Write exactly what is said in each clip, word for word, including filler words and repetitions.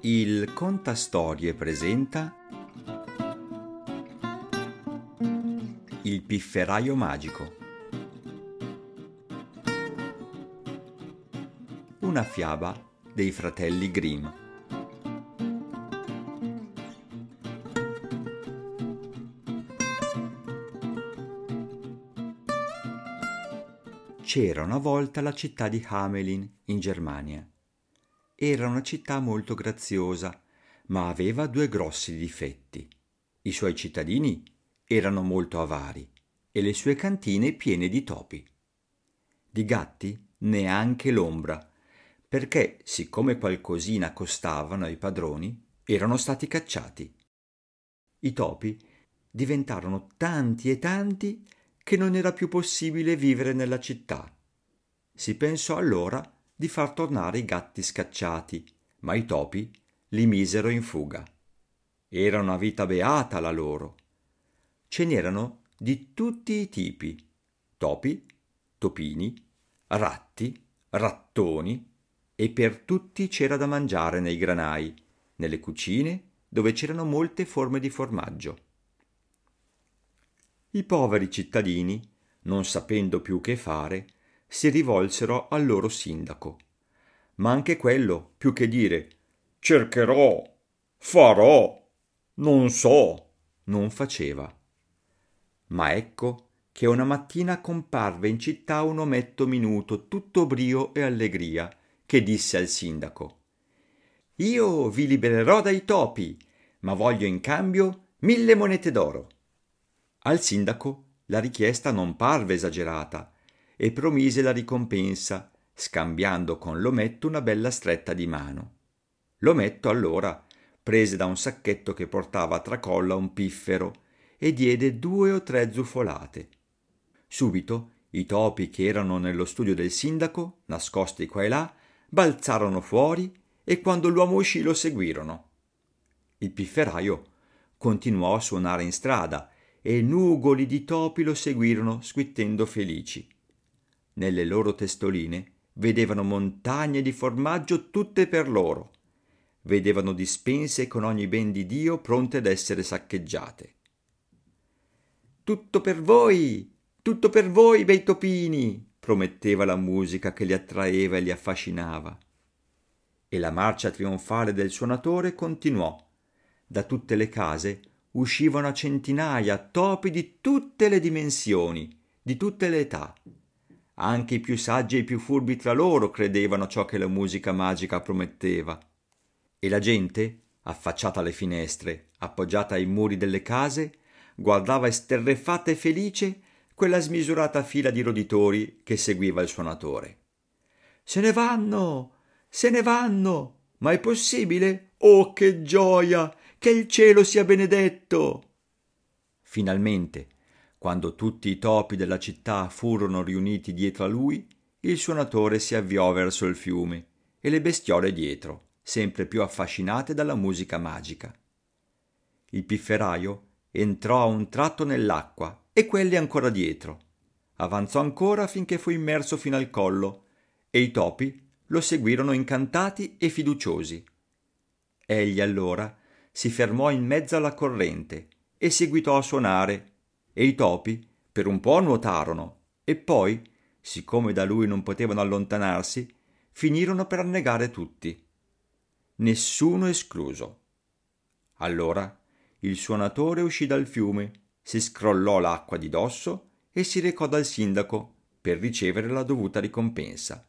Il Contastorie presenta Il pifferaio magico. Una fiaba dei fratelli Grimm. C'era una volta la città di Hamelin in Germania. Era una città molto graziosa, ma aveva due grossi difetti. I suoi cittadini erano molto avari e le sue cantine piene di topi. Di gatti neanche l'ombra, perché, siccome qualcosina costavano ai padroni, erano stati cacciati. I topi diventarono tanti e tanti che non era più possibile vivere nella città. Si pensò allora di far tornare i gatti scacciati, ma i topi li misero in fuga. Era una vita beata la loro. Ce n'erano di tutti i tipi: topi, topini, ratti, rattoni, e per tutti c'era da mangiare nei granai, nelle cucine dove c'erano molte forme di formaggio. I poveri cittadini, non sapendo più che fare, si rivolsero al loro sindaco. Ma anche quello, più che dire «cercherò, farò, non so», non faceva. Ma ecco che una mattina comparve in città un ometto minuto, tutto brio e allegria, che disse al sindaco: «Io vi libererò dai topi, ma voglio in cambio mille monete d'oro». Al sindaco la richiesta non parve esagerata e promise la ricompensa, scambiando con l'ometto una bella stretta di mano. L'ometto allora prese da un sacchetto che portava a tracolla un piffero e diede due o tre zuffolate. Subito i topi che erano nello studio del sindaco, nascosti qua e là, balzarono fuori e quando l'uomo uscì lo seguirono. Il pifferaio continuò a suonare in strada e nugoli di topi lo seguirono squittendo felici. Nelle loro testoline vedevano montagne di formaggio tutte per loro. Vedevano dispense con ogni ben di Dio pronte ad essere saccheggiate. «Tutto per voi! Tutto per voi, bei topini!» prometteva la musica che li attraeva e li affascinava. E la marcia trionfale del suonatore continuò. Da tutte le case uscivano a centinaia topi di tutte le dimensioni, di tutte le età. Anche i più saggi e i più furbi tra loro credevano ciò che la musica magica prometteva. E la gente, affacciata alle finestre, appoggiata ai muri delle case, guardava esterrefatta e felice quella smisurata fila di roditori che seguiva il suonatore. «Se ne vanno! Se ne vanno! Ma è possibile? Oh, che gioia! Che il cielo sia benedetto!» Finalmente, quando tutti i topi della città furono riuniti dietro a lui, il suonatore si avviò verso il fiume e le bestiole dietro, sempre più affascinate dalla musica magica. Il pifferaio entrò a un tratto nell'acqua e quelli ancora dietro. Avanzò ancora finché fu immerso fino al collo e i topi lo seguirono incantati e fiduciosi. Egli allora si fermò in mezzo alla corrente e seguitò a suonare, e i topi per un po' nuotarono e poi, siccome da lui non potevano allontanarsi, finirono per annegare tutti. Nessuno escluso. Allora il suonatore uscì dal fiume, si scrollò l'acqua di dosso e si recò dal sindaco per ricevere la dovuta ricompensa.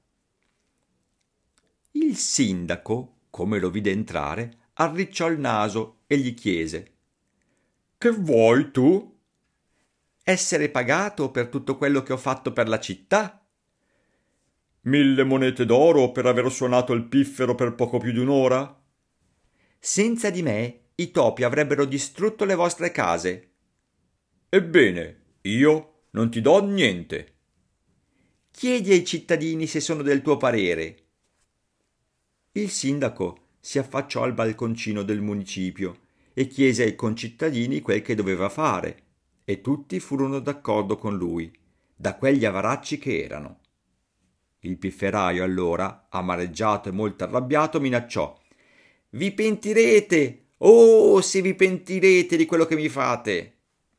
Il sindaco, come lo vide entrare, arricciò il naso e gli chiese: «Che vuoi tu?» «Essere pagato per tutto quello che ho fatto per la città». «Mille monete d'oro per aver suonato il piffero per poco più di un'ora?» «Senza di me i topi avrebbero distrutto le vostre case». «Ebbene, io non ti do niente». «Chiedi ai cittadini se sono del tuo parere». Il sindaco si affacciò al balconcino del municipio e chiese ai concittadini quel che doveva fare, e tutti furono d'accordo con lui, da quegli avaracci che erano. Il pifferaio allora, amareggiato e molto arrabbiato, minacciò: Vi pentirete! Oh, se vi pentirete di quello che mi fate!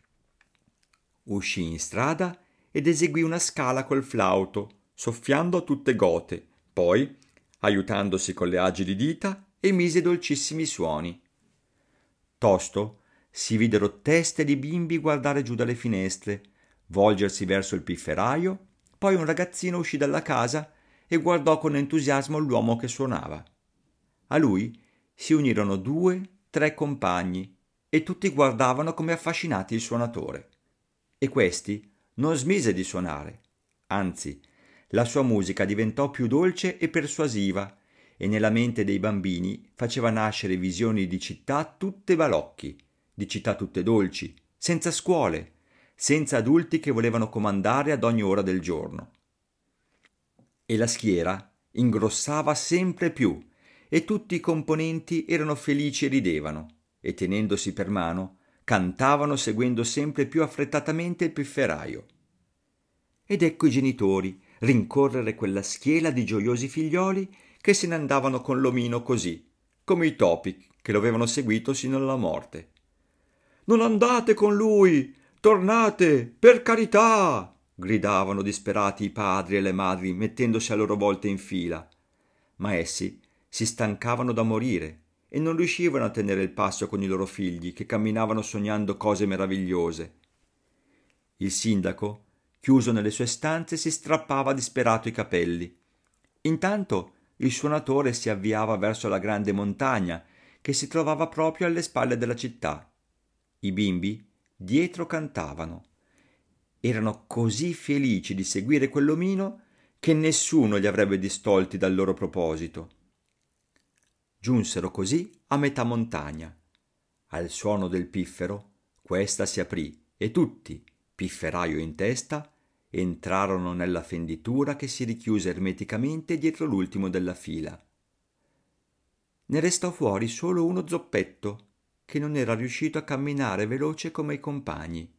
Uscì in strada ed eseguì una scala col flauto, soffiando a tutte gote, poi, aiutandosi con le agili dita, emise dolcissimi suoni. Tosto si videro teste di bimbi guardare giù dalle finestre, volgersi verso il pifferaio, poi un ragazzino uscì dalla casa e guardò con entusiasmo l'uomo che suonava. A lui si unirono due, tre compagni e tutti guardavano come affascinati il suonatore. E questi non smise di suonare, anzi, la sua musica diventò più dolce e persuasiva e nella mente dei bambini faceva nascere visioni di città tutte balocchi, di città tutte dolci, senza scuole, senza adulti che volevano comandare ad ogni ora del giorno. E la schiera ingrossava sempre più e tutti i componenti erano felici e ridevano e tenendosi per mano cantavano seguendo sempre più affrettatamente il pifferaio. Ed ecco i genitori rincorrere quella schiera di gioiosi figlioli che se ne andavano con l'omino così, come i topi che lo avevano seguito sino alla morte. «Non andate con lui! Tornate, per carità!» gridavano disperati i padri e le madri mettendosi a loro volte in fila. Ma essi si stancavano da morire e non riuscivano a tenere il passo con i loro figli che camminavano sognando cose meravigliose. Il sindaco, chiuso nelle sue stanze, si strappava disperato i capelli. Intanto il suonatore si avviava verso la grande montagna che si trovava proprio alle spalle della città. I bimbi dietro cantavano. Erano così felici di seguire quell'omino che nessuno li avrebbe distolti dal loro proposito. Giunsero così a metà montagna. Al suono del piffero questa si aprì e tutti, pifferaio in testa, entrarono nella fenditura che si richiuse ermeticamente dietro l'ultimo della fila. Ne restò fuori solo uno zoppetto, che non era riuscito a camminare veloce come i compagni.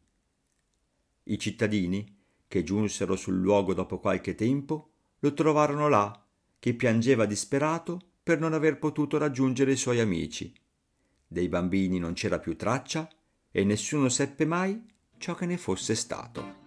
I cittadini, che giunsero sul luogo dopo qualche tempo, lo trovarono là, che piangeva disperato per non aver potuto raggiungere i suoi amici. Dei bambini non c'era più traccia e nessuno seppe mai ciò che ne fosse stato.